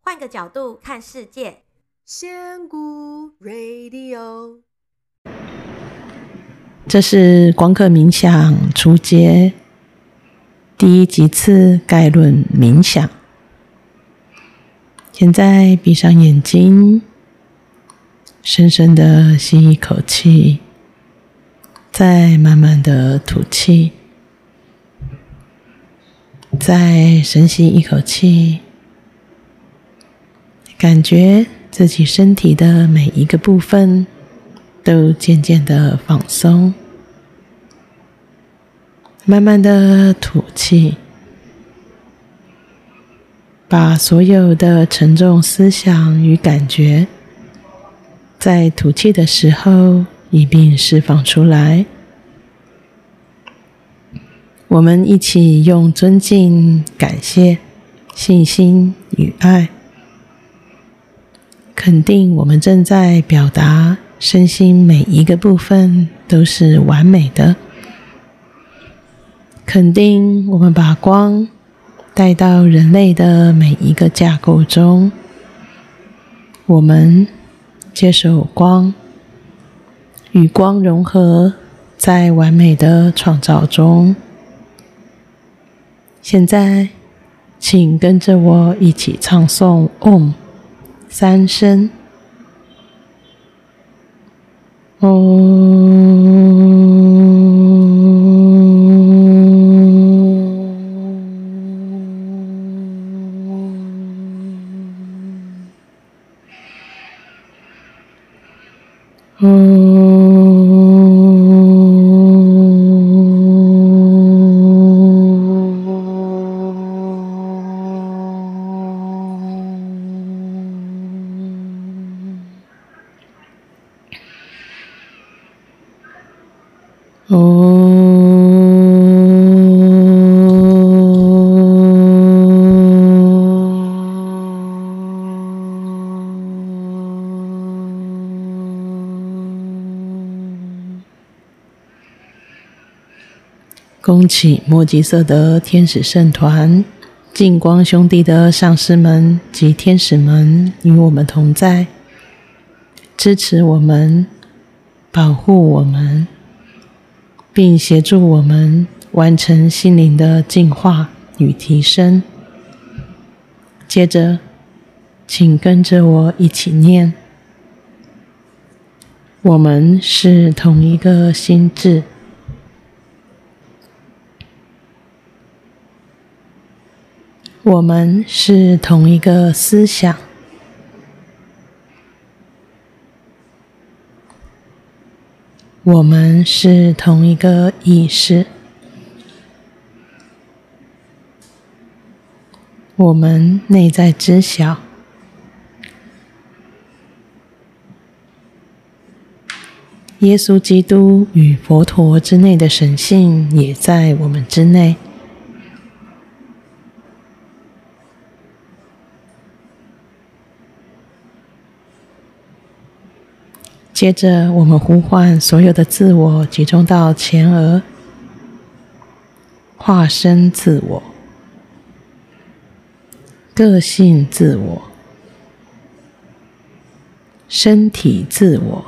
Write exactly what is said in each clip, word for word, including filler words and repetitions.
换个角度看世界。 仙姑 Radio， 这是光课冥想初阶第一集次概论冥想。现在闭上眼睛，深深的吸一口气，再慢慢的吐气，再深吸一口气，感觉自己身体的每一个部分都渐渐的放松，慢慢的吐气，把所有的沉重思想与感觉在吐气的时候一并释放出来。我们一起用尊敬、感谢、信心与爱肯定我们正在表达身心每一个部分都是完美的，肯定我们把光带到人类的每一个架构中，我们接受光，与光融合在完美的创造中。现在请跟着我一起唱诵 Om三声。恭请莫吉色德天使圣团、净光兄弟的上师们及天使们与我们同在，支持我们，保护我们，并协助我们完成心灵的净化与提升。接着，请跟着我一起念：我们是同一个心智，我们是同一个思想，我们是同一个意识，我们内在知晓，耶稣基督与佛陀之内的神性也在我们之内。接着我们呼唤所有的自我集中到前额，化身自我、个性自我、身体自我、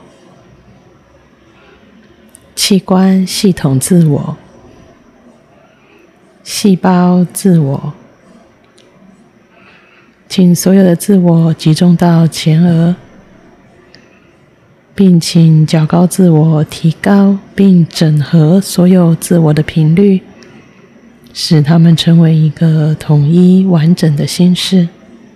器官系统自我、细胞自我。请所有的自我集中到前额，并请较高自我提高并整合所有自我的频率，使它们成为一个统一完整的心事。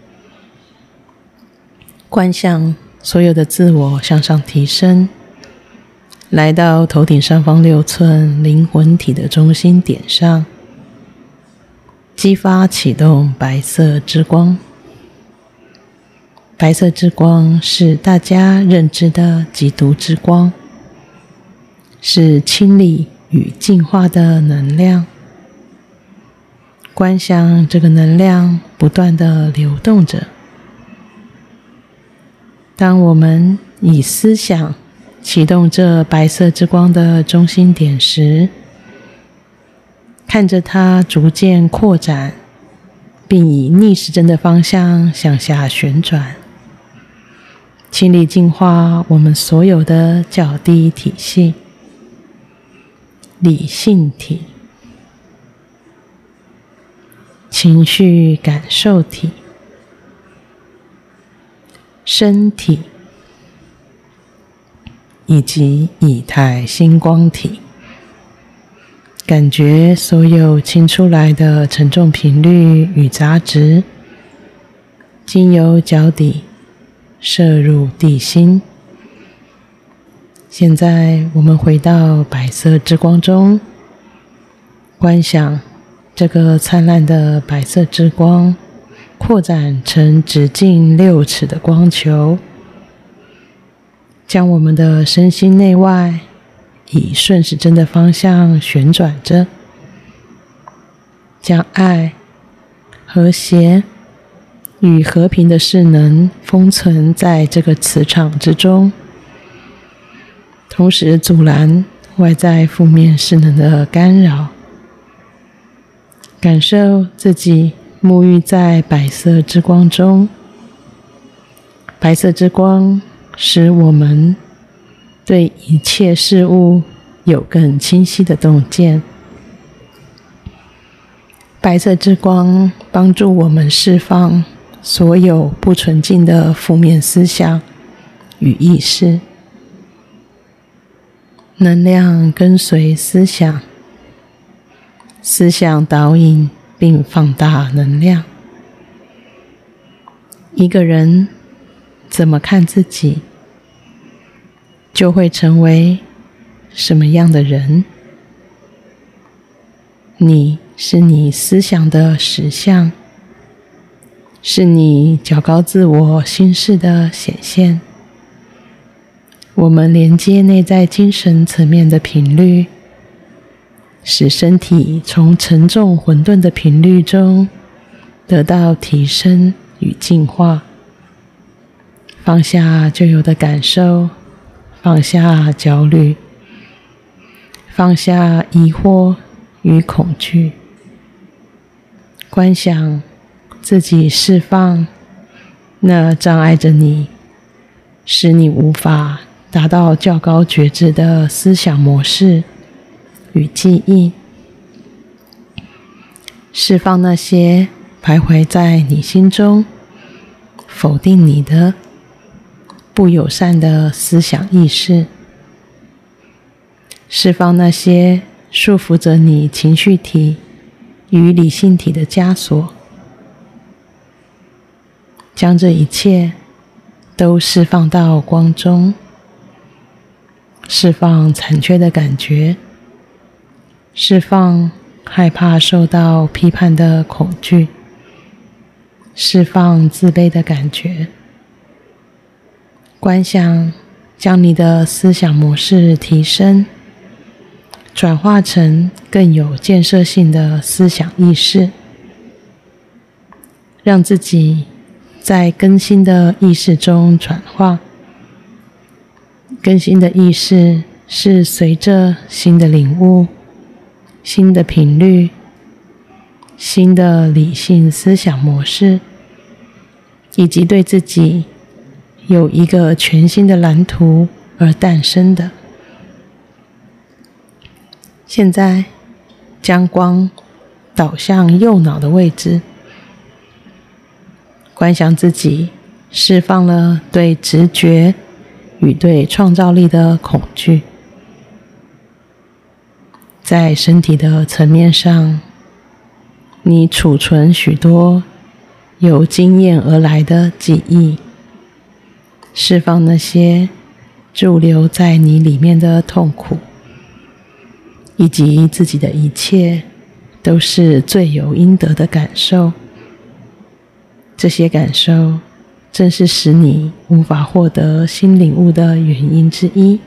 观想所有的自我向上提升，来到头顶上方六寸灵魂体的中心点上，激发启动白色之光。白色之光是大家认知的基督之光，是清理与净化的能量。观想这个能量不断地流动着。当我们以思想启动这白色之光的中心点时，看着它逐渐扩展， 并以逆时针的方向向下旋转，清理净化我们所有的较低体系、理性体、情绪感受体、身体以及以太星光体。感觉所有清出来的沉重频率与杂质，经由脚底射入地心。现在我们回到白色之光中，观想这个灿烂的白色之光扩展成直径六尺的光球，将我们的身心内外以顺时针的方向旋转着，将爱、和谐与和平的势能封存在这个磁场之中，同时阻拦外在负面势能的干扰。感受自己沐浴在白色之光中，白色之光使我们对一切事物有更清晰的洞见。白色之光帮助我们释放所有不纯净的负面思想与意识。能量跟随思想，思想导引并放大能量。一个人怎么看自己，就会成为什么样的人。你是你思想的实相，是你较高自我心事的显现。我们连接内在精神层面的频率，使身体从沉重混沌的频率中得到提升与净化。放下旧有的感受，放下焦虑，放下疑惑与恐惧，观想自己释放那障碍着你，使你无法达到较高觉知的思想模式与记忆，释放那些徘徊在你心中否定你的不友善的思想意识，释放那些束缚着你情绪体与理性体的枷锁，将这一切都释放到光中，释放残缺的感觉，释放害怕受到批判的恐惧，释放自卑的感觉。观想将你的思想模式提升，转化成更有建设性的思想意识，让自己在更新的意识中转化。更新的意识是随着新的领悟、新的频率、新的理性思想模式，以及对自己有一个全新的蓝图而诞生的。现在将光导向右脑的位置，观想自己释放了对直觉与对创造力的恐惧。在身体的层面上，你储存许多由经验而来的记忆，释放那些驻留在你里面的痛苦，以及自己的一切都是罪有应得的感受。这些感受正是使你无法获得新领悟的原因之一。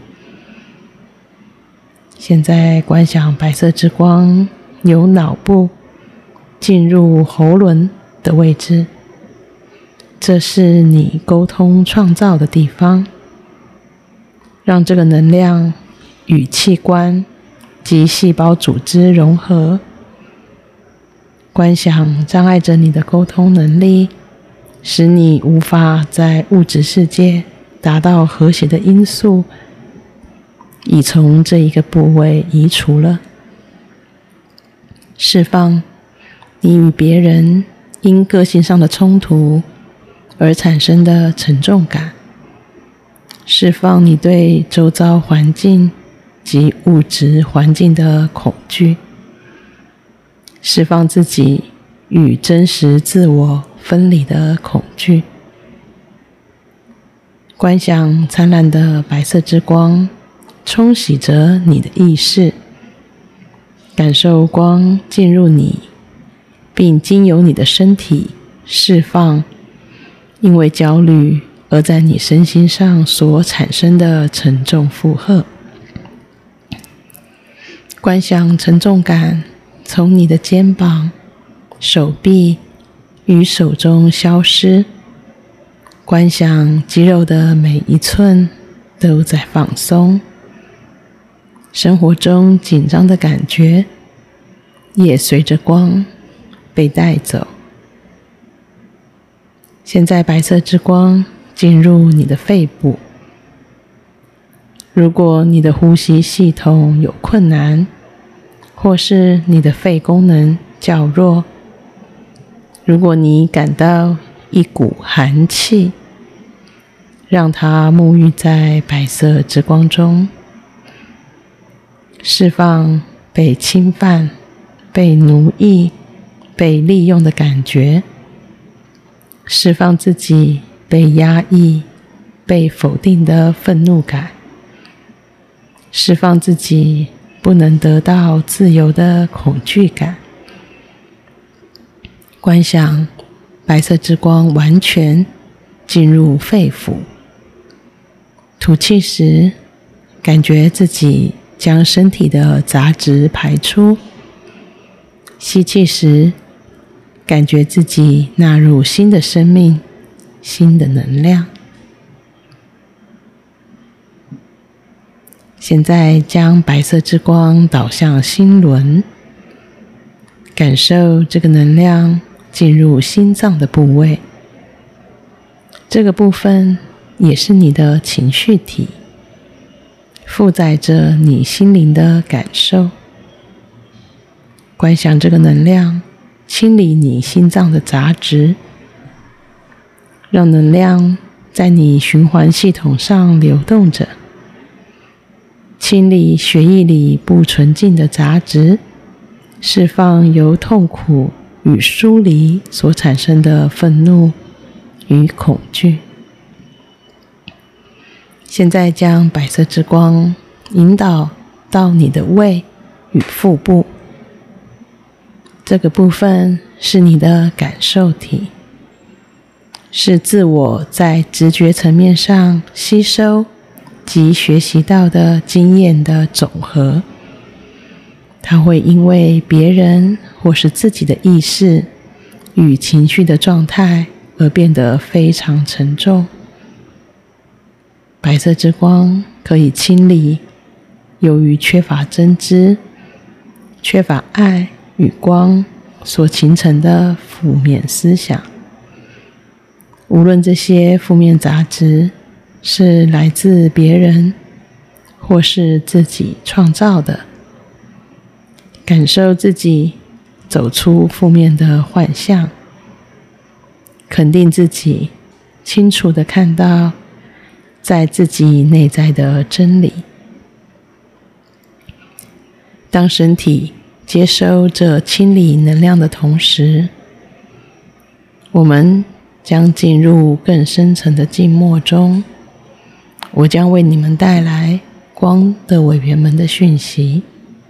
现在观想白色之光由脑部进入喉轮的位置，这是你沟通创造的地方。让这个能量与器官及细胞组织融合， 观想障碍着你的沟通能力，使你无法在物质世界达到和谐的因素，已从这一个部位移除了。释放你与别人因个性上的冲突而产生的沉重感，释放你对周遭环境及物质环境的恐惧，释放自己与真实自我分离的恐惧。观想灿烂的白色之光冲洗着你的意识，感受光进入你，并经由你的身体释放因为焦虑而在你身心上所产生的沉重负荷。观想沉重感从你的肩膀、手臂与手中消失，观想肌肉的每一寸都在放松，生活中紧张的感觉也随着光被带走。现在白色之光进入你的肺部，如果你的呼吸系统有困难，或是你的肺功能较弱，如果你感到一股寒气，让它沐浴在白色之光中，释放被侵犯、被奴役、被利用的感觉，释放自己被压抑、被否定的愤怒感，释放自己不能得到自由的恐惧感。观想白色之光完全进入肺腑，吐气时感觉自己将身体的杂质排出，吸气时感觉自己纳入新的生命、新的能量。现在将白色之光导向心轮，感受这个能量进入心脏的部位，这个部分也是你的情绪体，负载着你心灵的感受。观想这个能量清理你心脏的杂质，让能量在你循环系统上流动着，清理血液里不纯净的杂质，释放由痛苦与疏离所产生的愤怒与恐惧。现在将白色之光引导到你的胃与腹部，这个部分是你的感受体，是自我在直觉层面上吸收及学习到的经验的总和。它会因为别人或是自己的意识与情绪的状态而变得非常沉重。白色之光可以清理由于缺乏真知、缺乏爱与光所形成的负面思想。无论这些负面杂质是来自别人或是自己创造的，感受自己走出负面的幻象，肯定自己清楚地看到在自己内在的真理。当身体接收这清理能量的同时，我们将进入更深层的静默中。我将为你们带来光的委员们的讯息。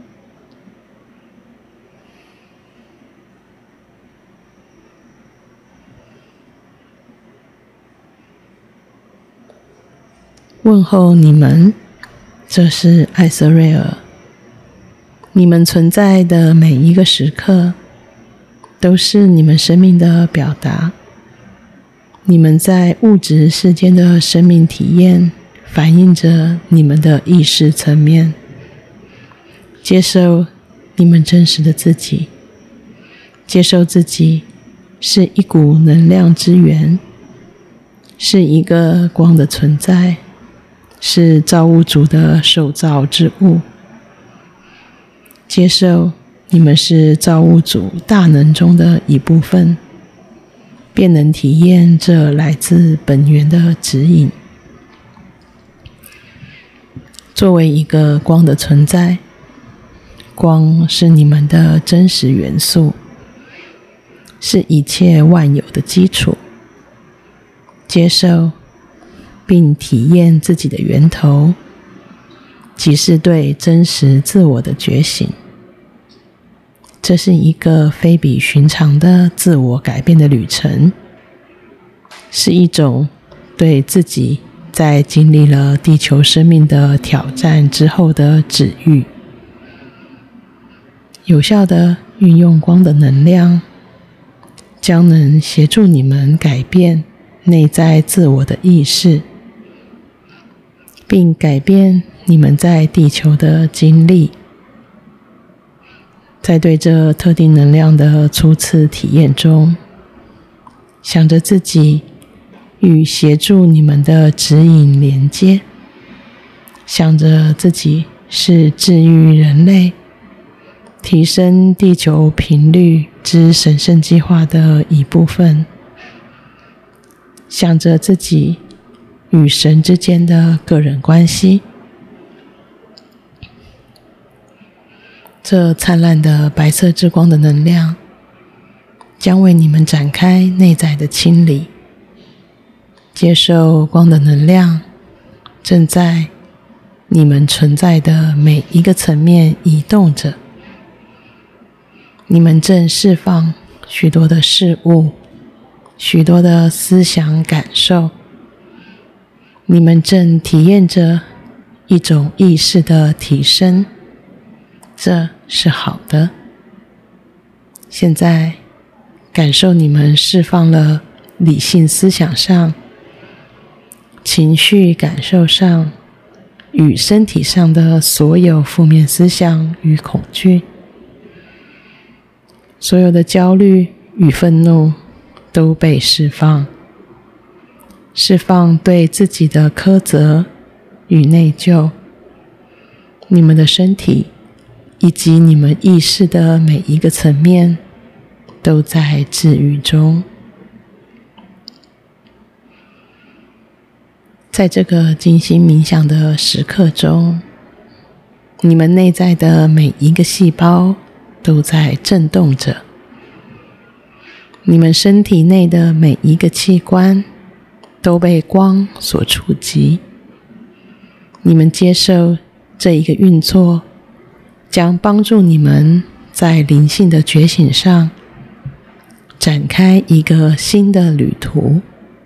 问候你们，这是艾瑟瑞尔。你们存在的每一个时刻都是你们生命的表达。你们在物质世间的生命体验反映着你们的意识层面。接受你们真实的自己， 接受自己是一股能量之源，是一个光的存在，是造物主的受造之物。接受你们是造物主大能中的一部分，便能体验这来自本源的指引。作为一个光的存在，光是你们的真实元素，是一切万有的基础。接受并体验自己的源头，即是对真实自我的觉醒。这是一个非比寻常的自我改变的旅程，是一种对自己在经历了地球生命的挑战之后的治愈。有效的运用光的能量，将能协助你们改变内在自我的意识，并改变你们在地球的经历。在对这特定能量的初次体验中，想着自己与协助你们的指引连接，想着自己是治愈人类、提升地球频率之神圣计划的一部分，想着自己与神之间的个人关系。这灿烂的白色之光的能量将为你们展开内在的清理。接受光的能量正在你们存在的每一个层面移动着。你们正释放许多的事物，许多的思想感受。你们正体验着一种意识的提升，这是好的。现在感受你们释放了理性思想上、情绪感受上与身体上的所有负面思想与恐惧。所有的焦虑与愤怒都被释放，释放对自己的苛责与内疚。你们的身体以及你们意识的每一个层面都在治愈中。在这个静心冥想的时刻中，你们内在的每一个细胞都在震动着，你们身体内的每一个器官都被光所触及。你们接受这一个运作将帮助你们在灵性的觉醒上展开一个新的旅途。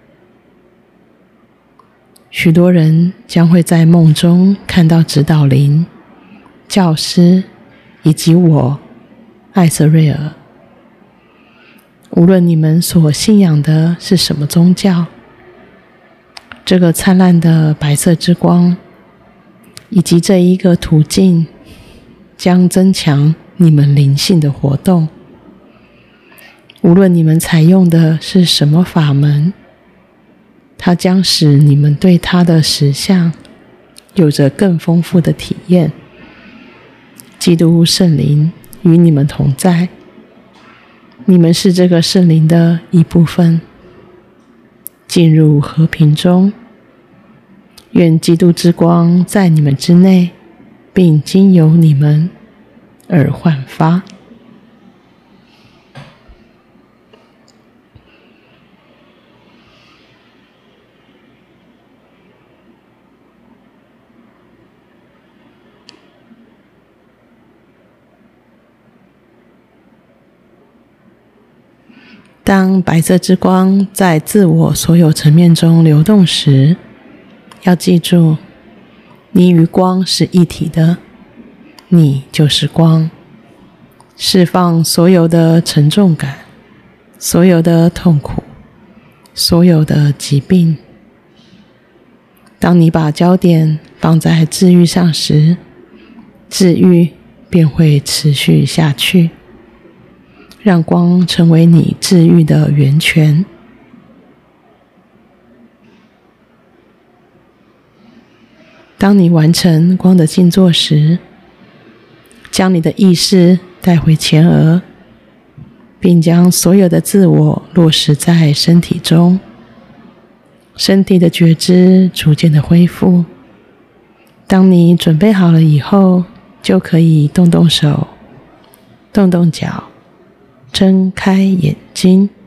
许多人将会在梦中看到指导灵、教师以及我，艾瑟瑞尔。无论你们所信仰的是什么宗教，这个灿烂的白色之光以及这一个途径将增强你们灵性的活动。无论你们采用的是什么法门，它将使你们对它的实相有着更丰富的体验。基督圣灵与你们同在，你们是这个圣灵的一部分。进入和平中，愿基督之光在你们之内，并经由你们而焕发。当白色之光在自我所有层面中流动时，要记住，你与光是一体的，你就是光。释放所有的沉重感，所有的痛苦，所有的疾病。当你把焦点放在治愈上时，治愈便会持续下去。 让光成为你治愈的源泉。当你完成光的静坐时，将你的意识带回前额，并将所有的自我落实在身体中，身体的觉知逐渐的恢复。当你准备好了以后，就可以动动手，动动脚，睁开眼睛。